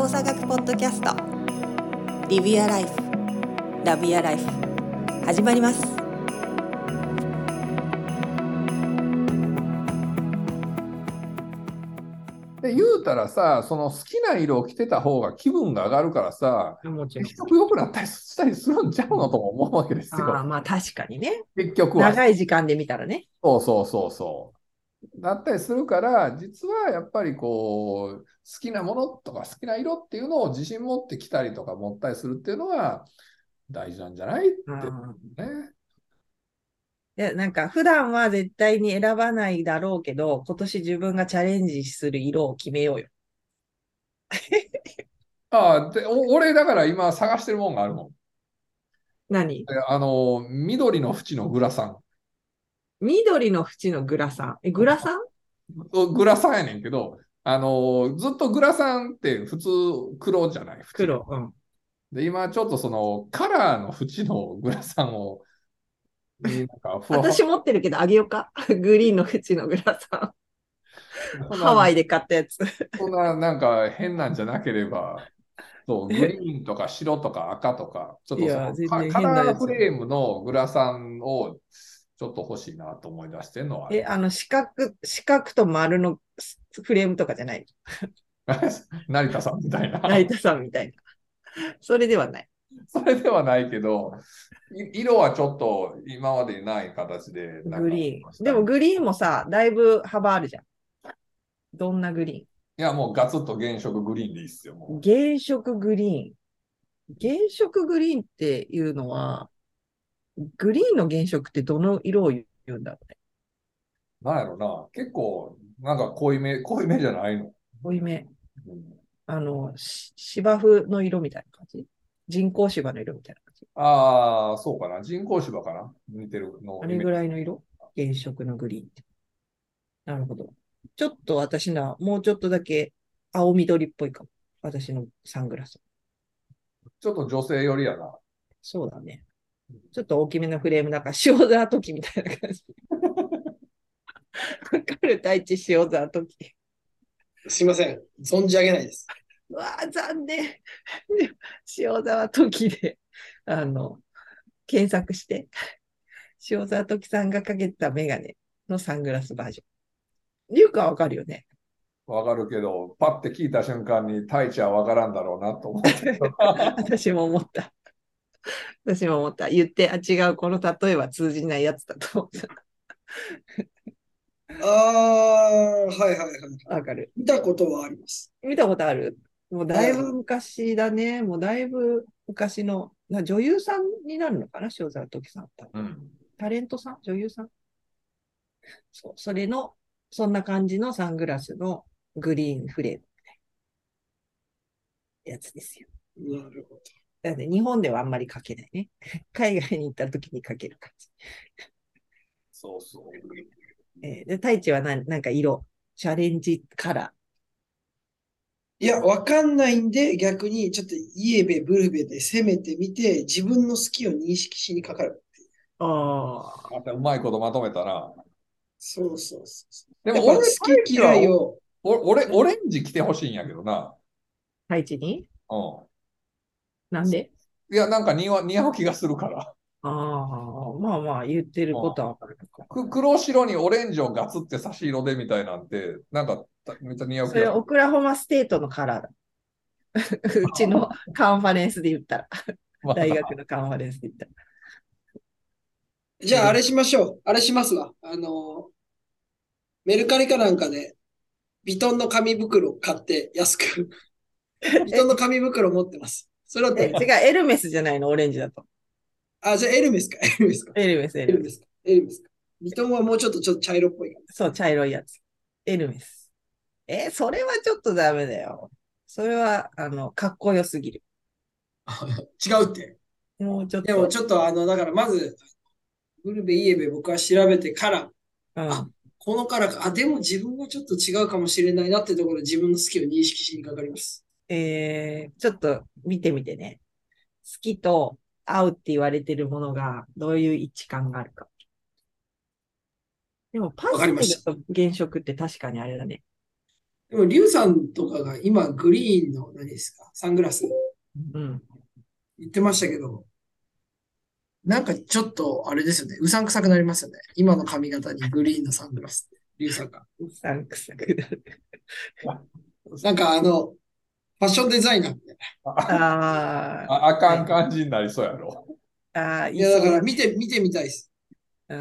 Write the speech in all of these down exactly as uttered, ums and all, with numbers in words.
動作学ポッドキャスト Live Your Life Love Your Life 始まります。 で言うたらさ、その好きな色を着てた方が気分が上がるからさ、 もちろん。 結局良くなったりしたりするんちゃうのとも思うわけですよ。 ああ、まあ確かにね。 結局は。 長い時間で見たらね。 そうそうそうそう。だったりするから、実はやっぱりこう、好きなものとか好きな色っていうのを自信持って着たりとか持ったりするっていうのが大事なんじゃないってね。 いや、なんか普段は絶対に選ばないだろうけど、今年自分がチャレンジする色を決めようよ。 ああ、で、お俺だから今探してるもんがあるもん。 何？ であの、緑の縁のグラサン。 緑の縁のグラサン。え、グラサン？ グラサンやねんけど、あの、ずっとグラサンって普通黒じゃない、縁が。 黒。うん。 で、今ちょっとそのカラーの縁のグラサンを、になんかふわふわ、 私持ってるけどあげようか。グリーンの縁のグラサン。 そんな、 ハワイで買ったやつ。 そんななんか変なんじゃなければ、そう、グリーンとか白とか赤とか、ちょっいや、 とそのカ、 全然カ変なやつ。 ラーフレームのグラサンをちょっと欲しいなと思い出してるのはあえ、 る。 あの、四角、四角と丸のフレームとかじゃない？ 成田さんみたいな。 成田さんみたいな。それではない。 それではないけど、色はちょっと今までにない形で、なんかグリーン。でしたい。いもグリーンもさ、だいぶ幅あるじゃん。どんなグリや、もうガツッと原色グリーンでいいっすよ、もーン？原色グリーン。原色グリーンっていうのは、グリーンの原色ってどの色を言うんだろうね。 う。なんやろな。結構、なんか濃いめ、濃いめじゃないの。 濃いめ。 うん、 あの、し芝生の色みたいな感じ？人工芝の色みたいな感じ？ ああ、そうかな。人工芝かな。似てるのあれぐイメージ。 らいの色？原色のグリーンって。なるほど。ちょっと私な、もうちょっとだけ青緑っぽいかも。私のサングラス。 ちょっと女性寄りやな。 そうだね。ちょっと大きめのフレーム、なんか塩沢時みたいな感じ。わかる？太一塩沢時。 すいません。存じ上げないです。 うわー、残念。塩沢時で、あの、検索して、塩沢時さんがかけてたメガネのサングラスバージョン。リュウかわかるよね。 わかるけど、パッて聞いた瞬間に、タイチはわからんだろうなと思ってた。 私も思った。私も思った。言って、あ、違う、この例えは通じないやつだと思った。 ああ、はいはいはい。 わかる。 見たことはあります。 見たことある？もうだいぶはいはい。 昔だね。もうだいぶ昔の、な女優さんになるのかな、塩沢時さん。 うん。 タレントさん？女優さん？そう、それの、そんな感じのサングラスのグリーンフレームやつですよ。 なるほど。 だって日本ではあんまりかけないね。海外に行った時にかける感じ。 そうそう。 えーで、太一は何、なんか色、チャレンジカラいや、わかんないんで、逆にちょっとイエベ、ブルベで攻めてみて、自分の好きを認識しにかかる。 ー。ああ。 またうまいことまとめたな。 そうそうそうそう。 でも俺、 やっぱ好きタイチはお、 嫌いを、 お俺、オレンジ着てほしいんやけどな。 太一にうなんで？ ん。いや、なんか似合う似合う気がするから。 ああ、まあまあ、言ってることはわかるのか。 く黒白にオレンジをガツって差し色でみたいなんて、なんかめっちゃ似合うそれ、 気がする。 オクラホマステートのカラーだ。うちのカンファレンスで言ったら。 ま大学た。 のカンファレンスで言ったら。 じゃああれしましょう。あれしますわ。あの、メルカリかなんかで、ビトンの紙袋買って安く。ビトンの紙袋持ってます。それだったえ、 ら、 違う、エルメスじゃないの？オレンジだと。 あ、じゃあエルメスか、エルメスか。 エルメス、エルメス。 エルメスか、エルメスか。ビトンはもうちょっとちょっと茶色っぽいかそう、茶色いやつ。エルメス。え、それはちょっとダメだよ。それは、あの、かっこよすぎる。 ら。違うって。 もうちょっでもと、 ちょっとあの、だからまず、ブルベ、イエベ僕は調べてから、あ、 うん。 このカラーか、あ、でも自分はちょっと違うかもしれないなってところで自分の好きを認識しにかかります。 えー、ちょっと見てみてね。好きと合うって言われてるものがどういう位置感があるか。でもパわかりました。 ステルと原色って確かにあれだね。 でも、リュウさんとかが今、グリーンの何ですか、サングラスうん。 言ってましたけど、なんかちょっと、あれですよね。うさんくさくなりますよね。今の髪型にグリーンのサングラスって、リュウさんが。 うさんくさくなる。 なんかあの、ファッションデザイナーみたいな。 ああ、ああ、 かんはい。 感じになりそうやろ。 ああ、 いや、だいそうだね。 から見て、見てみたいです。 うん。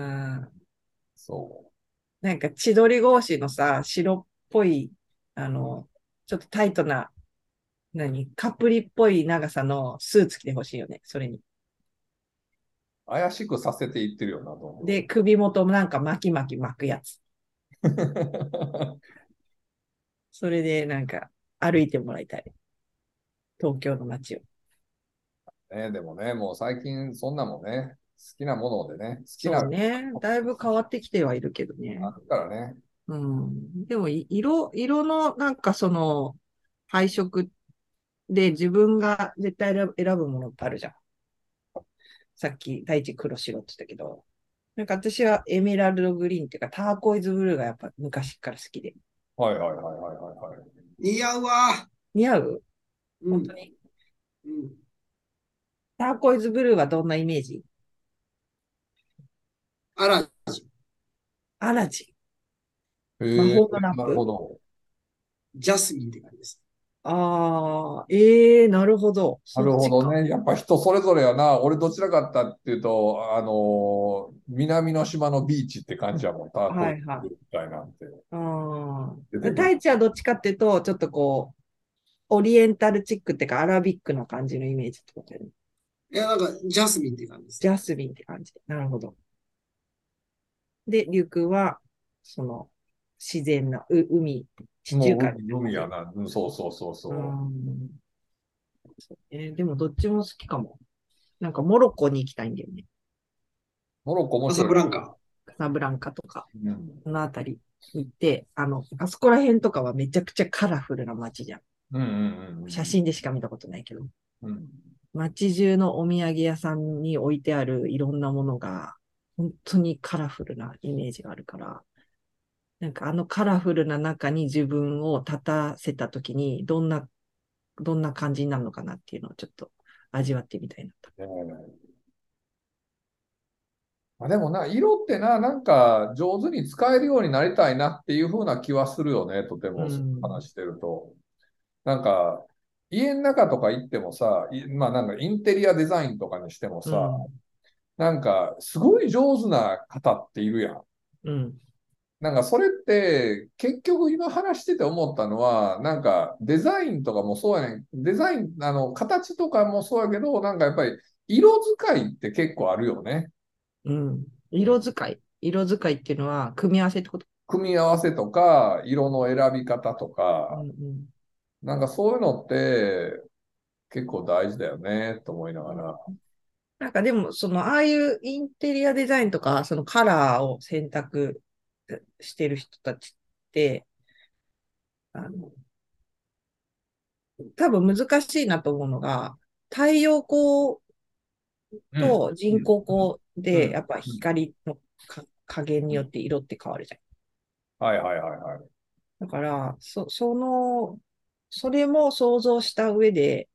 そなんか千鳥格子のさ、白っぽい、あの、ちょっとタイトな、何、カプリっぽい長さのスーツ着てほしいよね、それに。 う。怪しくさせていってるよな、どんで、 ど首元もなんか巻き巻き巻くやつ。 ん。 それでなんか歩いてもらいたい。東京の街を。 ね、でもね、もう最近そんなもんね、好きなものでね、好きな、 そうね。だいぶ変わってきてはいるけどね。 あるからね。 うん。でも、い色、色のなんかその配色で自分が絶対選ぶ選ぶものってあるじゃん。さっき、大地黒白って言ったけど、なんか私はエメラルドグリーンっていうかターコイズブルーがやっぱ昔から好きで。 はいはいはいはいはいはい。 似合うわ。 似合ううん。 本当に。 うん。 ターコイズブルーはどんなイメージ？ あら、 アラジン。魔へえ、 法のランなるほプ。 ど。 ジャスミンって感じです。 ああ、ええー、なるほど。 なるそっちか。 ほどね。やっぱ人それぞれやな。俺どちらかったっていうと、あのー南の島のビーチって感じやもん。ターコイはいはい。 ズみたいなんてああ。 出てくる。 太一はどっちかっていうと、ちょっとこう、オリエンタルチックっていうか、アラビックな感じのイメージってことだよね。 いや、なんか、ジャスミンって感じです。 ジャスミンって感じ。なるほど。で、リュウ君は、その、自然な、う、海、地中海もう海、 みたいな感じ。 海やな。うんそうそうそううそん。えーでもどっちも好きかも。なんかモロッコに行きたいんだよね。 う。モロッコ面カサ白い。 ブランカ。 カサブランカとか、 うん。 このあたり行って、あの、あそこら辺とかはめちゃくちゃカラフルな街じゃん。 うんうん写真でしか見たことないけど。 うんうん。 街中のお土産屋さんに置いてあるいろんなものが、本当にカラフルなイメージがあるから、なんかあのカラフルな中に自分を立たせたときに、どんな、どんな感じになるのかなっていうのをちょっと味わってみたいなと。 うん。ねえまあ、でもな、色ってな、なんか上手に使えるようになりたいなっていう風な気はするよね、とてうもん。 話してると。なんか、家の中とか行ってもさ、いまあなんかインテリアデザインとかにしてもさ、 うん。 なんかすごい上手な方っているやん。 うん。 なんかそれって結局今話してて思ったのは、なんかデザインとかもそうやねん。デザイン、あの形とかもそうやけど、なんかやっぱり色使いって結構あるよね。 うん。色使い。色使いっていうのは、組み合わせってこと？ 組み合わせとか、色の選び方とうんか、 うん。 なんかそういうのって結構大事だよね、と思いながら。 なんかでも、その、ああいうインテリアデザインとか、そのカラーを選択してる人たちって、あの、多分難しいなと思うのが、太陽光うん。 と人工光で、 うん。 やっぱうん。 光のか加減によって色って変わるじゃん。 はいはいはいはい。 だから、そ、その、それも想像した上で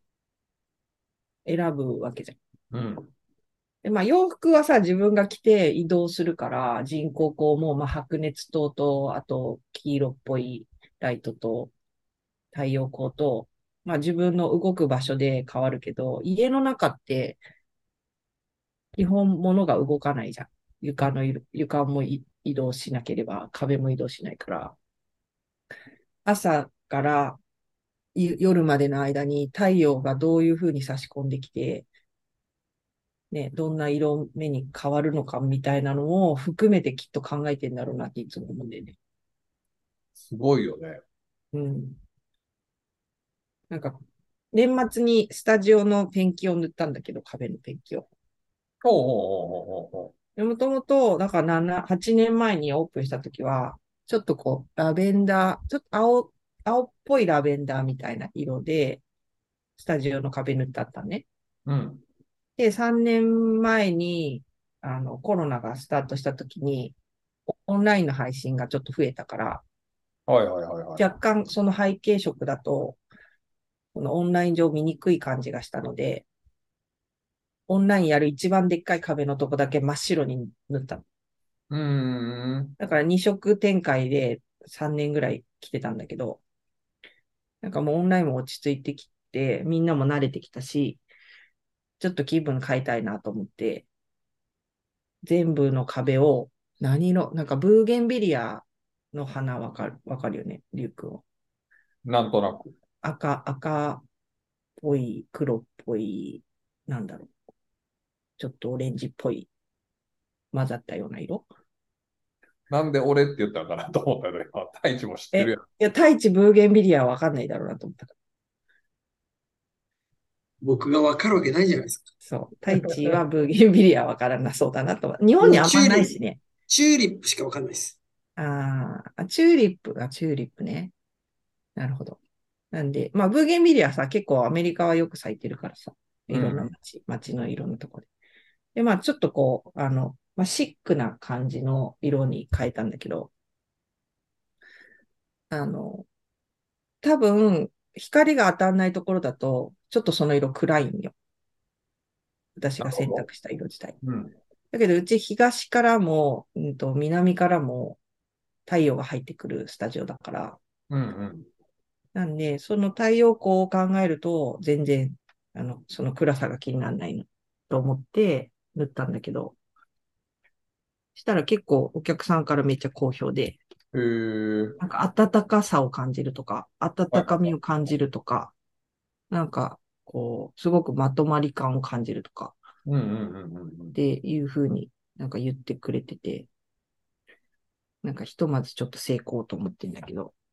選ぶわけじゃん。 うん。 で、まあ洋服はさ、自分が着て移動するから、人工光も、まあ白熱灯と、あと黄色っぽいライトと太陽光と、まあ自分の動く場所で変わるけど、家の中って基本物が動かないじゃん。床のいる、床もい移動しなければ壁も移動しないから、朝からい夜までの間に太陽がどういうふうに差し込んできて、ね、どんな色目に変わるのかみたいなのも含めてきっと考えてんだろうなっていつも思うんだよね。 すごいよね。 うん。なんか、年末にスタジオのペンキを塗ったんだけど、壁のペンキを。 ほうほうほうほうほでもともと、だからなな、はちねんまえにオープンしたときは、ちょっとこう、ラベンダー、ちょっと青、青っぽいラベンダーみたいな色で、スタジオの壁塗ってあったね。 う。うん。 で、さんねんまえに、あの、コロナがスタートしたときに、オンラインの配信がちょっと増えたから、 はいはいはいはい。 若干その背景色だと、このオンライン上見にくい感じがしたので、オンラインやる一番でっかい壁のとこだけ真っ白に塗ったの。 うーん。 だからに色展開でさんねんぐらい来てたんだけど、なんかもうオンラインも落ち着いてきて、みんなも慣れてきたし、ちょっと気分変えたいなと思って、全部の壁を何色、なんかブーゲンビリアの花わかる、わかるよね、リュウ君は。 なんとなく。 赤、赤っぽい、黒っぽい、なんだろう。ちょっとオレンジっぽい混ざったような色。 なんで俺って言ったのかなと思ったけど、今、太一も知ってえ、 るやん。 いや、太一ブーゲンビリアはわかんないだろうなと思ったから。 僕がわかるわけないじゃないですか。 そう。太一はブーゲンビリアはわからなそうだなと思う。日本にもうあんまチューリップ、 ないしね。 チューリップしかわかんないです。 あーあ、チューリップがチューリップね。なるほど。なんで、まあ、ブーゲンビリアさ、結構アメリカはよく咲いてるからさ。いろんなうん。 街、街のいろんなところで。で、まあ、ちょっとこう、あの、まあ、シックな感じの色に変えたんだけど、あの、多分、光が当たんないところだと、ちょっとその色暗いんよ。私がなるほど。 選択した色自体。 うん。 だけど、うち東からも、うんと、南からも太陽が入ってくるスタジオだから、 うんうん。 なんで、その太陽光を考えると、全然、あの、その暗さが気にならないのと思って塗ったんだけど、したら結構お客さんからめっちゃ好評で、 へえ。 なんか暖かさを感じるとか、温かみを感じるとか、なんか、こう、すごくまとまり感を感じるとか、 うんうんうんうんうん。 っていうふうになんか言ってくれてて、なんかひとまずちょっと成功と思ってんだけど、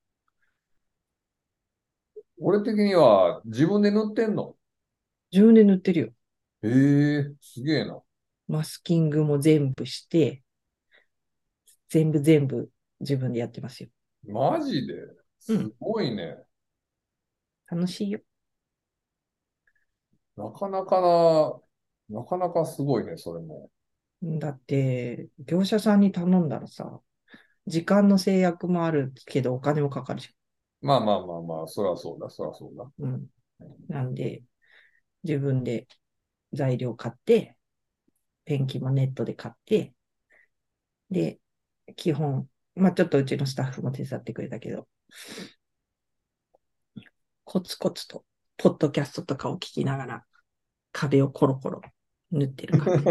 俺的には自分で塗ってんの。 自分で塗ってるよ。 へえ、すげえな。 マスキングも全部して、全部全部自分でやってますよ。 マジで。すうん。 ごいね。 楽しいよ。 なかなかな、なかなかすごいね、それも。 だって、業者さんに頼んだらさ、時間の制約もあるけどお金もかかるじまあまあまあまあ、そりゃそうだ、そりゃそうだ。 ゃん。うん。なんで、自分で材料買って、ペンキもネットで買って、で、基本、まあちょっとうちのスタッフも手伝ってくれたけど、コツコツと、ポッドキャストとかを聞きながら、壁をコロコロ塗ってる感じ。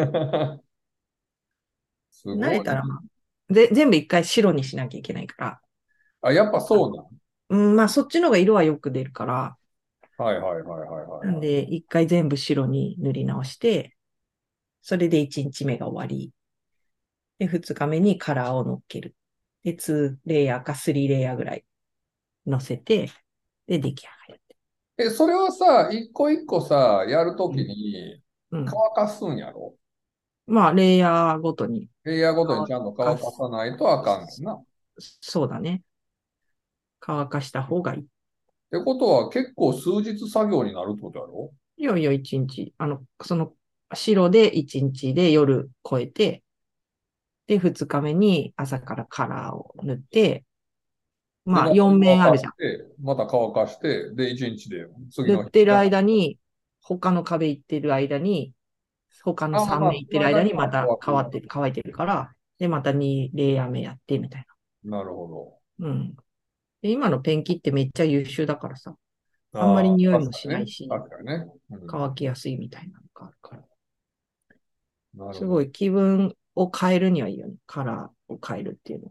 すごい。 慣れたら、まあ、で、全部一回白にしなきゃいけないかあ、やっぱそうなん。 ら、うん、まあそっちの方が色はよく出るから、 はいはいはいはいはいはい。 なんで、一回全部白に塗り直して、それで一日目が終わり、で、二日目にカラーを乗っける。で、にレイヤーかさんレイヤーぐらい乗せて、で、出来上がる。 え、それはさ、一個一個さ、やるときうん。 にうん。 乾かすんやろ？ まあ、レイヤーごとにレイヤーごとに乾ちゃんと乾かかす。 さないとあかんねんな。っそうだね。乾かした方がいい。 てことは結構数日作業になるってことやろ？ いよいよ一日、あの、その、白で一日で夜超えて、で、二日目に朝からカラーを塗って、 で、 まあ、 また四面あ乾るじゃん。 かして、また乾かして、で、一日で次の日。 塗ってる間に、他の壁行ってる間に、他のあ、まあまあ、 三面行っそのてる間にま間にもた乾っ乾くんだ。 てる、乾いてるから、で、またにレイヤー目やって、みたいなるほな。うん。で、今のペンキってめっちゃ優秀だからさ、 ど。 あんまりああ、 匂いも確かにね。 しないし、 確かにね。うん、 乾きやすいみたいなのがあるから。 なるほど。 すごい気分を変えるにはいいよね。カラーを変えるっていうの。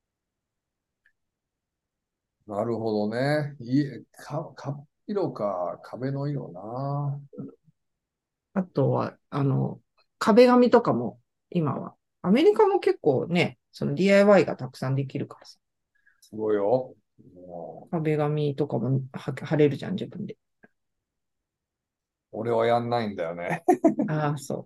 なるほどね。いえ、か、か、色か、壁の色な。 あとは、あの、壁紙とかも、今は、アメリカも結構ね、その ディーアイワイ がたくさんできるからさ、 すごいよ。もう壁紙とかもは貼れるじゃん、自分で。 俺はやんないんだよね。 ああ、そう。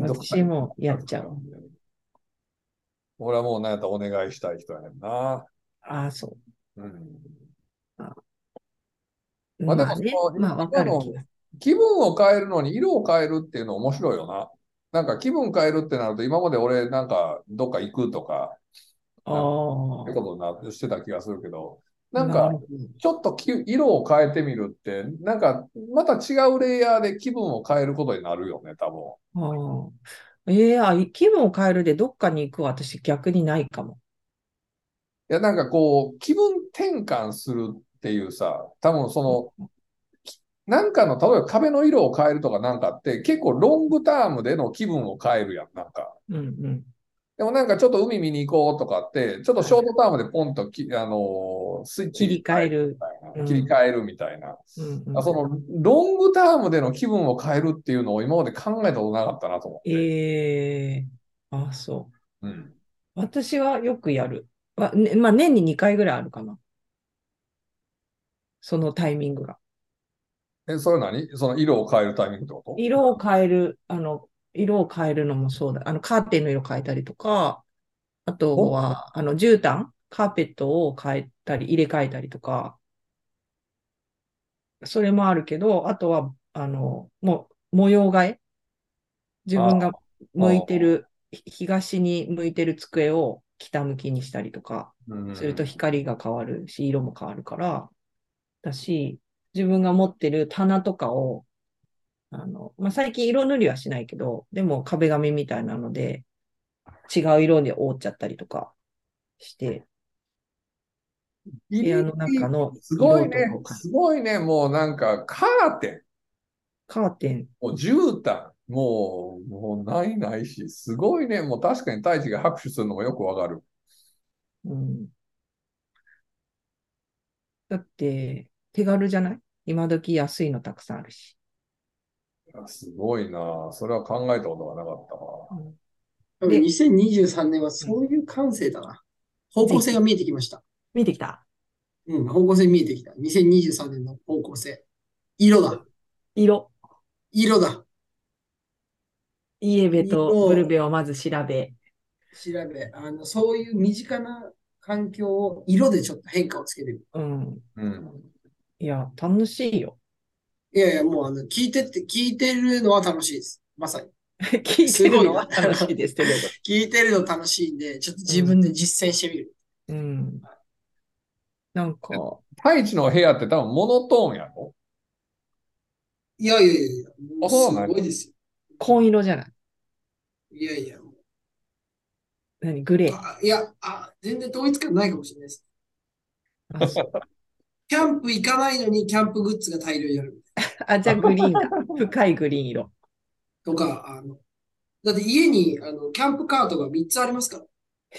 めんどくさい。 私もやっちゃう。 俺はもう何やったらお願いしたい人やねんな。 ああ、そうん。 う。あまあでもまあね、 その、いまあわか今のる気が。 気分を変えるのに色を変えるっていうの面白いよな。なんか気分変えるってなると今まで俺なんかどっか行くとか、 あなんかあ、 そういうことになってしてた気がするけど、なんか、 なるほちょっとき色を変えてみるって、なんか、また違うレイヤーで気分を変えることになるよね、多分。 ど。ああ。ええあ、気分を変えるでどっかに行く私逆にないかも。 いや、なんかこう、気分転換するっていうさ、多分その、なんかの、例えば壁の色を変えるとかなんかって結構ロングタームでの気分を変えるやん、なんか。 うんうん。 でもなんかちょっと海見に行こうとかって、ちょっとはい。 ショートタームでポンとき、あのースイッチ切り替変えるえる。 みたいな、切りうん。 替えるみたいな。 うんうん。 あそのロングタームでの気分を変えるっていうのを今まで考えたことなかったなと思って。 ええあ、そう。 うん。 私はよくやる。まあ、ね、まあ、年ににかいぐらいあるかな。そのタイミングが。 え、それ何その色を変えるタイミングってこ色を変える、あの、色を変えるのもそうだ。あの、カーテンの色変えたりとか、あととおは、あの、絨毯、カーペットを変えたり、入れ替えたりとか、それもあるけど、あとは、あの、もう、模様替え。自あ分が向いてあ、 る、ひ東に向いてる机を北向きにしたりとか、 うするとん。 光が変わるし、色も変わるから、だし、自分が持ってる棚とかを、あの、まあ、最近色塗りはしないけど、でも壁紙みたいなので、違う色で覆っちゃったりとかして、部屋ギリの中ギリ、 のすごいね、 色とかを変える。 すごいね、もうなんかカーテン、 カーテン、 もう絨毯、もう、もうないないし、すごいね、もう確かに太一が拍手するのもよくわかる。 うん、だって、手軽じゃない？今時安いのたくさんあるし。 すごいな。それは考えたことがなかったわ。 うん、 多分で、 にせんにじゅうさんねんはうん、 そういう感性だな。方ぜひ、 向性が見えてきました。 見てきた。 うん、方向性見えてきた。にせんにじゅうさんねんの方向性。色だ。 色。 色だ。 イエベとブル色をベをまず調べ。 調べ、あの、そういう身近な環境を色でちょっと変化をつけてみる。 うん。 うん。 いや、楽しいよ。 いやいや、もうあの、聞いてって、聞いてるのは楽しいです。まさに。 聞いてるのはすごいな。 楽しいですってどういうこ聞いてるの楽しいんで、ちょっとと？うん。 自分で実践してみる。 うん。なんか、 太一の部屋って多分モノトーンやろ？ いやいやいやいや、もうあ、そうすなんや。 ごいですよ。 紺色じゃない？ いやいや、もう何グレあ、いや、あ、全然統一感ないかもしれないです。 ー。あ、そう。 キャンプ行かないのにキャンプグッズが大量にある。 あ、じゃあグリーンだ。深いグリーン色。 とか、あの、だって家にあのキャンプカートがみっつありますから。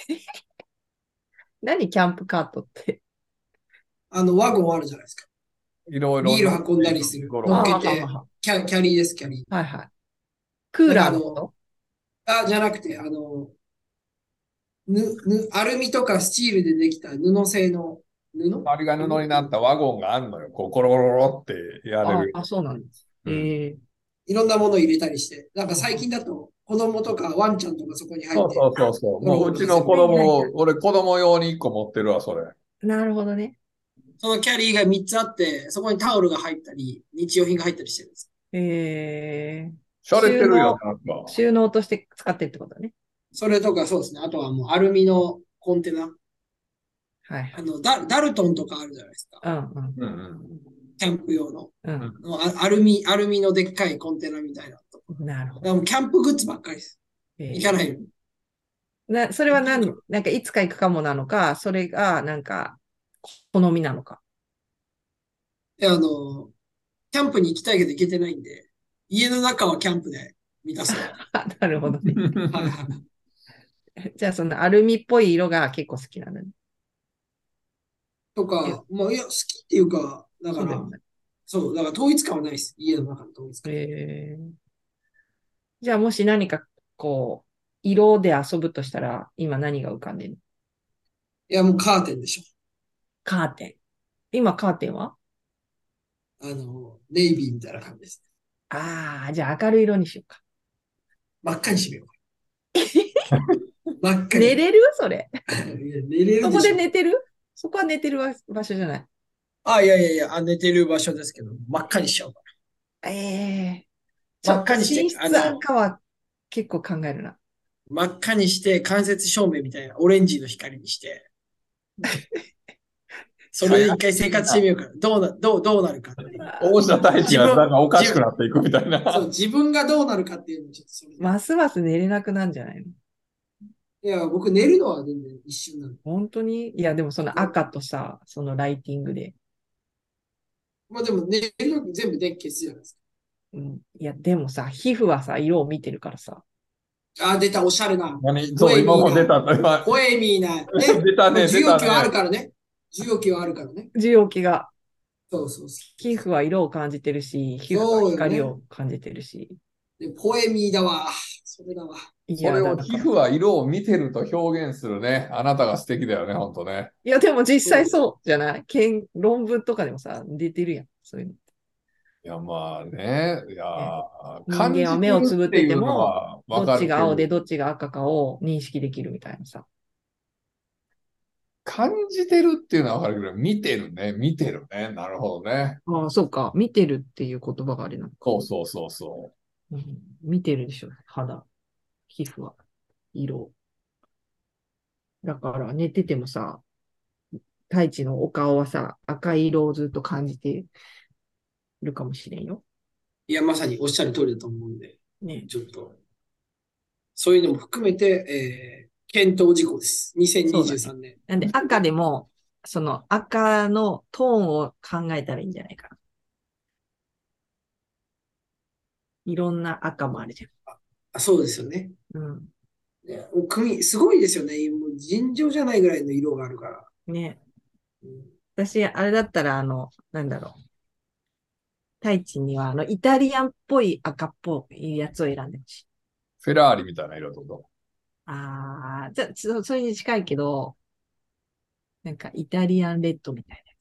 何キャンプカートって？ あの、ワゴンあるじゃないですか。 いろいろビール乗っ運んだていくりする。乗っところが。 ああ、はけて、 はは。 キャ、キャリーです、キャリー。 はいはい。クーだからラあの、 ーのこと？ あ、じゃなくて、あの、ぬ、ぬ、アルミとかスチールでできた布製の布周りが布布っていうのになったワゴンがあるのよ。こう、コロコロコロってやれああ、 る。 そうなんです。 うん。 ええいろんなものを入れたりして、なんか最ー。 近だと子供とかワンちゃんとかそこに入って、 そうそうそうそう。 ゴロもううゴロさせる。 ちの子はいはいは供、俺子供用にいっこ持ってるわ、それ。 い。なるほどね。 そのキャリーがみっつあって、そこにタオルが入ったり、日用品が入ったりしてるんです。 ええしゃれてるよ、 収納、 なんか。 収納として使ってるってことね。 それとかそうですね。あとはもうアルミのコンテナ。 はいはい。 あの、ダダルトンとかあるじゃないですか。 うんうんうんうんキャンプ用の。 うん。 うん。 のあアルミ、アルミのでっかいコンテナみたいなのと。だかなるほど。 らもうキャンプグッズばっかりです。行かえないように。 ー、な、それは何、なんかいつか行くかもなのか、それがなんか好みなのか。 で、あの、キャンプに行きたいけど行けてないんで、家の中はキャンプで満たそう。 あ、なるほどね。 はいはい。 じゃあそのアルミっぽい色が結構好きなんだね。いや、 とか、まあ、いや、好きっていうか、だから、 そうでもない。 そう、だから統一感はないです。家の中の統一感。 えー、じゃあもし何かこう、色で遊ぶとしたら、今何が浮かんでるの？ いや、もうカーテンでしょ。 カーテン。今カーテンは？ あの、ネイビーみたいな感じです。 ああー、じゃあ明るい色にしようか。 真っ赤にしめよう。真っ赤に。 寝れるそれ。 いや寝れるそこででしょ。 寝てる？そこは寝てる場場所じゃない。 あ、いやいやいや、あ寝てる場所ですけど、真っ赤にしちゃうかええー、ちょら。真っっと赤にして、あ寝室の、 赤は結構考えるな。 真っ赤にして間接照明みたいなオレンジの光にして、それで一回生活してみようかな。どうな、どう、どうなるかっていう。 大下大地がなんかおかしくなっていくみたいそう、 な。 自分がどうなるかっていうのをちょっとそれで。 ますます寝れなくなるんじゃないの？ いや、僕寝るのは全然一瞬なんで。 本当に？いや、でもその赤とさ、そのライティングで。 まあでも寝るとき全部電気消すじゃないですうん。いや、でもさ、皮膚はさ、色を見てるからさ。 か。あ、出た、おしゃれな。 何そう、 ポエミ今も出ーな。 た。今、 ポエミーな。ね。 出たね、 受出た容器はあるね。 からね。受容器はあるからね。 受容器が、 そうそうそ皮膚は色を感じてるし、皮う。 膚はそうよ光ね。 を感じてるし。 でポエミーだわ。それだわ。 いや、 それをだから。 皮膚は色を見てると表現するね。あなたが素敵だよね、ほんとね。 いや、でも実際そうそうじゃない？研論文とかでもさ、出てるやん。そういうの。 いや、まあね。いやね、 ー、 人間は感じてる目をつぶってっていうのても、 はどっわかるけど、 ちが青でどっちが赤かを認識できるみたいなさ。 感じてるっていうのはわかるけど、見てるね、見てるね。なるほどね。 ああ、そうか。見てるっていう言葉があれなのか。 そうそうそうそうん、見てるでしょ。肌、皮膚は、色。だから寝ててもさ、太一のお顔はさ、赤い色をずっと感じてるかもしれんよ。 いや、まさにおっしゃる通りだと思うんで、 ね。 ちょっと、そういうのも含めて、えー、検討事項です。2023 そうだね。 年。 なんで赤でも、その赤のトーンを考えたらいいんじゃないかな。いろんな赤もあるじあ、そうですよね。 ゃん。うねもう組、すごいですよね。もう尋常じゃないぐらいの色があるから。 ん。ね。 うん、 私、あれだったら、あの、なんだろう。太一には、あの、イタリアンっぽい赤っぽいやつを選んでほしい。 う。フェラーリみたいな色ってこと。 ああ、じゃあ、そそれに近いけど、なんかイタリアンレッドみたい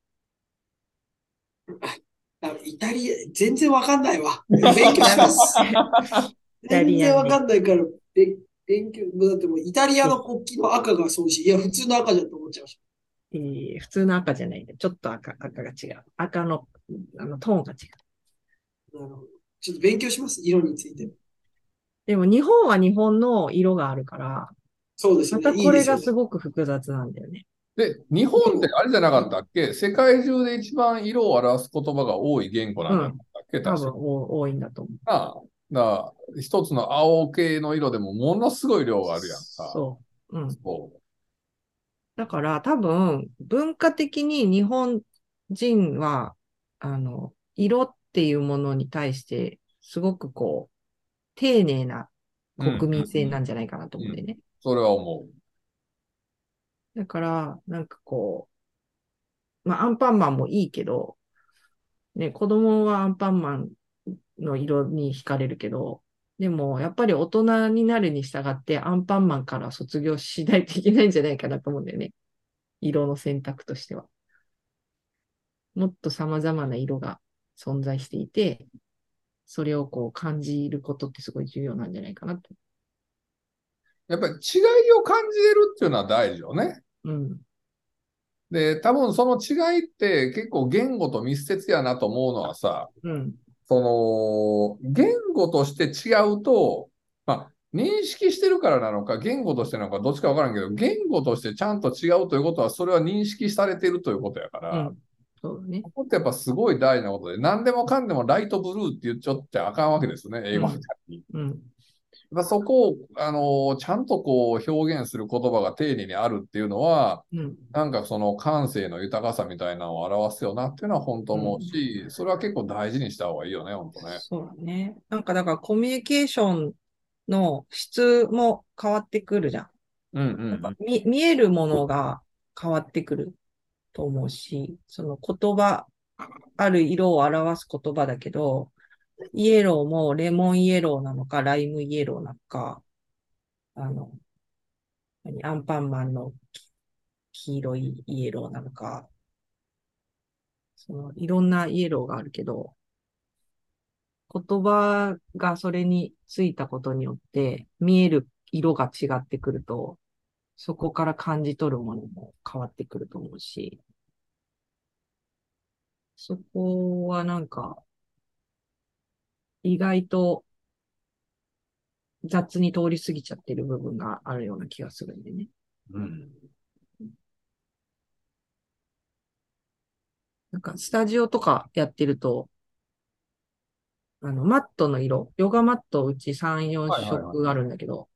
あイタリア、全然わかんないわ。勉強な。ダメ。 します。 イタ全然わリアンレッかんないから、べ勉強、だってもうイタリアの国旗の赤がそうし、いや、普通の赤じゃんと思っちゃいましド。えー普通の赤じゃないんで、ちょっと赤、赤が違う。赤の、あの、トーンが違う。 た。なるほど。ちょっと勉強します。色について。 でも日本は日本の色があるから、 そうですよね。 またいいですよね。 これがすごく複雑なんだよね。 で、日本ってあれじゃなかったっけ？世界中で一番色を表す言葉が多い言語なんじゃなかったっけ？ 多分確かお多いんだと思う。 な。あだから一つの青系の色でもものすごい量があるやんか。 そう。うん。 そだから多分文化的に日本人は、あの、色っていうものに対してすごくこう、丁寧なう。うん。 国民性うんなんじゃないかなとうん思うんだよね。 それは思う。 だから、なんかこう、まあ、アンパンマンもいいけど、ね、子供はアンパンマンの色に惹かれるけど、でも、やっぱり大人になるに従ってアンパンマンから卒業しないといけないんじゃないかなと思うんだよね。色の選択としては。もっと様々な色が存在していて、それをこう感じることってすごい重要なんじゃないかなと。 やっぱり違いを感じれるっていうのは大事よね。 うん。 で、多分その違いって結構言語と密接やなと思うのはさ、 うん。 その、言語として違うと、まあ、認識してるからなのか、言語としてなのか、どっちかわからんけど、言語としてちゃんと違うということは、それは認識されてるということやから、 うん。そうだね。 ここってやっぱすごい大事なことで、何でもかんでもライトブルーって言っちゃってあかんわけですね、英語みたいに。 うん。 まあそこを、あのちゃんとこう表現する言葉が丁寧にあるっていうのは、 うん。 なんかその感性の豊かさみたいなのを表すよなっていうのは本当思うし、それは結構大事にした方がいいよね、本当ね。 そうだね。なんかだからコミュニケーションの質も変わってくるじゃん。 うんうんうん。 なんか見、見えるものが変わってくると思うし、その言葉、ある色を表す言葉だけど、イエローもレモンイエローなのか、ライムイエローなのか、あの、何アンパンマンの黄色いイエローなのか、そのいろんなイエローがあるけど、言葉がそれについたことによって見える色が違ってくると、そこから感じ取るものも変わってくると思うし、そこはなんか意外と雑に通り過ぎちゃってる部分があるような気がするんでね。 うん。 なんか、スタジオとかやってると、あの、マットの色、ヨガマットうちさん、4 はいはいはい。 色あるんだけど、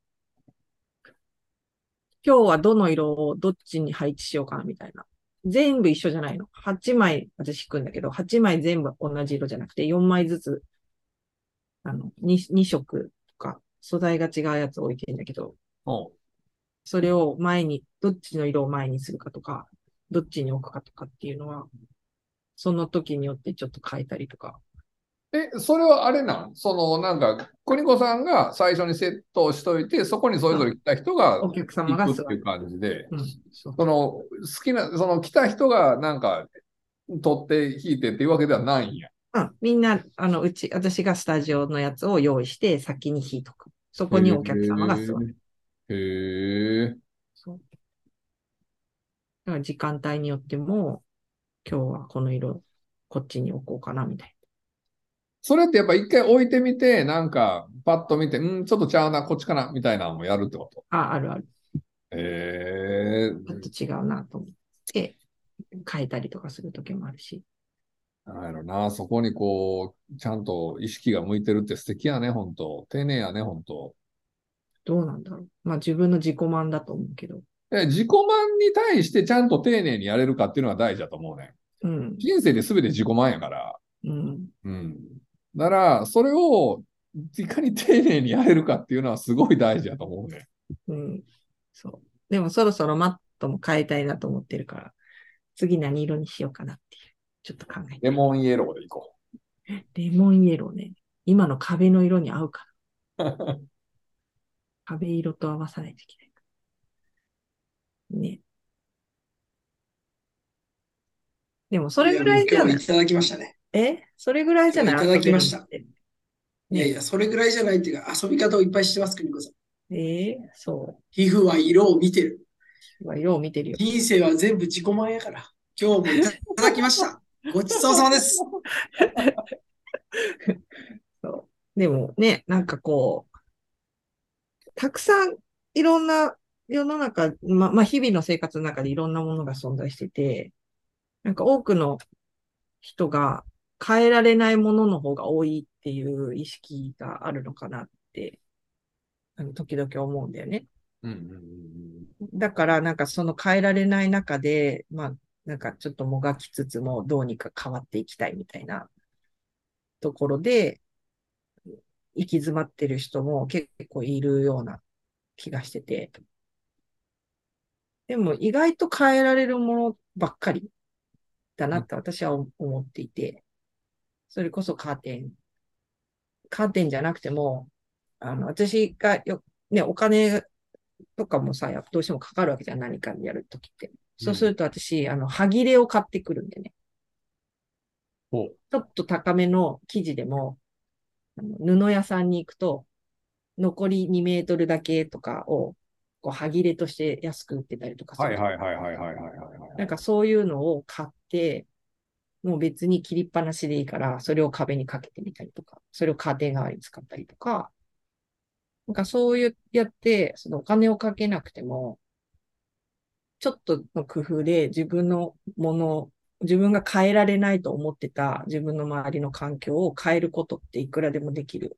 今日はどの色をどっちに配置しようかなみたいな。全部一緒じゃないの。はちまい私引くんだけど、はちまい全部同じ色じゃなくて、よんまいずつ、あの、に, に色とか、素材が違うやつを置いてるんだけど、 おう。 それを前に、どっちの色を前にするかとか、どっちに置くかとかっていうのは、その時によってちょっと変えたりとか。 え、それはあれなんその、なんか、邦子さんが最初にセットをしといて、そこにそれぞれ来た人がお客様行が座る。 くっていう感じで、 うん。そう。 その、好きな、その来た人がなんか、取って引いてっていうわけではないんや。 うん。みんな、あの、うち、私がスタジオのやつを用意して先に引いとく。そへこにお客様が座る。 え、へえ。 そう。だから時間帯によっても、今日はこの色、こっちに置こうかな、みたいそれってやっぱ一回置いてみて、なんか、パッと見て、うん、ちょっとちゃうな、こっちかな、みたいなのもやるってこと。 な。あ、あるある。 へえ。 ちょっと違うなと思って、変えたりとかするときもあるし。 なんやろな、そこにこう、ちゃんと意識が向いてるって素敵やね、本当丁寧やね、本当どうなんだろう。まあ自分の自己満だと思うけど。 え自己満に対してちゃんと丁寧にやれるかっていうのが大事だと思うね。 うん。 人生で全て自己満やから。 うん。 うん。だから、それをいかに丁寧にやれるかっていうのはすごい大事だと思うね。 うん。そう。でもそろそろマットも変えたいなと思ってるから、次何色にしようかなっていう。ちょっと考えてレる。 モンイエローでいこレモンイエローね。今の壁の色に合うかな。 う。 壁色と合わさないといけない。ね。でもそれぐいや、もうらいじゃない。 今日いただきましたね。 えそれぐらいじゃ今日いただない遊べきました。 るのって。ね。 いやいや、それぐらいじゃないっていうか、遊び方をいっぱいしてます、邦子さん。 えー、そ皮膚は色を見てる。 う。色を見てるよ。 人生は全部自己満やから。今日もいただきました。ごちそうさまです。 そう。でもね、なんかこう、たくさんいろんな世の中、ま、まあ、日々の生活の中でいろんなものが存在してて、なんか多くの人が変えられないものの方が多いっていう意識があるのかなって、あの時々思うんだよね。 うんうんうんだからなんかその変えられない中で、まあ、なんかちょっともがきつつもどうにか変わっていきたいみたいなところで、行き詰まってる人も結構いるような気がしてて、でも意外と変えられるものばっかりだなって私は思っていて、それこそカーテン。カーテンじゃなくても、あの、私がよ、ね、お金とかもさ、やっぱどうしてもかかるわけじゃん、何かやるときって。 うん。 そうすると私、あの、歯切れを買ってくるんでね。 ほう。 ちょっと高めの生地でも、あの布屋さんに行くと、残りにメートルだけとかを、こう、歯切れとして安く売ってたりとかする。 はいはいはいはいはいはいはいはい。 なんかそういうのを買って、もう別に切りっぱなしでいいから、それを壁にかけてみたりとか、それをカーテン代わりに使ったりとか、なんかそういうやって、そのお金をかけなくても、ちょっとの工夫で自分のもの、自分が変えられないと思ってた自分の周りの環境を変えることっていくらでもできる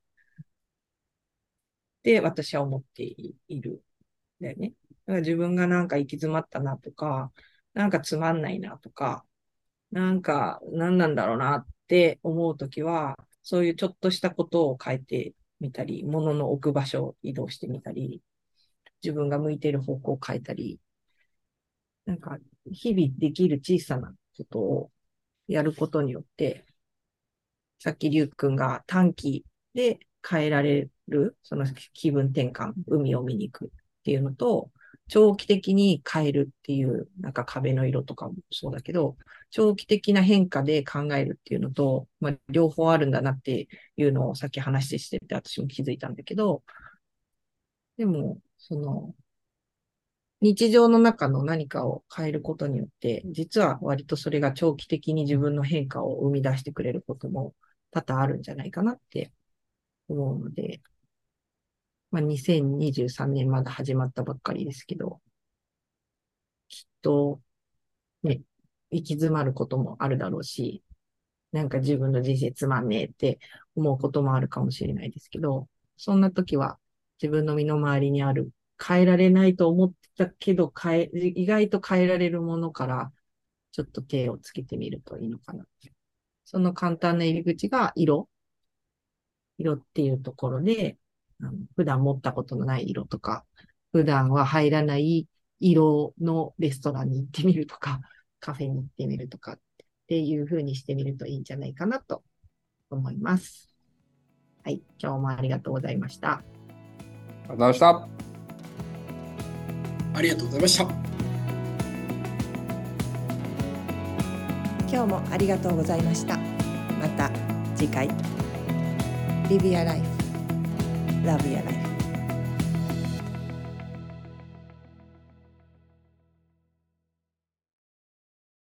って私は思っているんだよね。だから自分がなんか行き詰まったなとか、なんかつまんないなとか、なんか何なんだろうなって思うときは、そういうちょっとしたことを変えてみたり、物の置く場所を移動してみたり、自分が向いている方向を変えたり、なんか日々できる小さなことをやることによって、さっきりゅうくんが短期で変えられる、その気分転換、海を見に行くっていうのと、長期的に変えるっていう、なんか壁の色とかもそうだけど、長期的な変化で考えるっていうのと、まあ、両方あるんだなっていうのをさっき話してて、私も気づいたんだけど、でも、その、日常の中の何かを変えることによって、実は割とそれが長期的に自分の変化を生み出してくれることも多々あるんじゃないかなって思うので、 まあ、にせんにじゅうさんねんまだ始まったばっかりですけど、きっと、ね、行き詰まることもあるだろうし、なんか自分の人生つまんねえって思うこともあるかもしれないですけど、そんな時は自分の身の回りにある変えられないと思ってたけど変え、意外と変えられるものからちょっと手をつけてみるといいのかな。その簡単な入り口が色。色っていうところで、あの普段持ったことのない色とか、普段は入らない色のレストランに行ってみるとか、カフェに行ってみるとかっていう風にしてみるといいんじゃないかなと思います。はい、今日もありがとうございました。 ありがとうございました。 ありがとうございました。 今日もありがとうございました。また次回。Live your life. Love your life.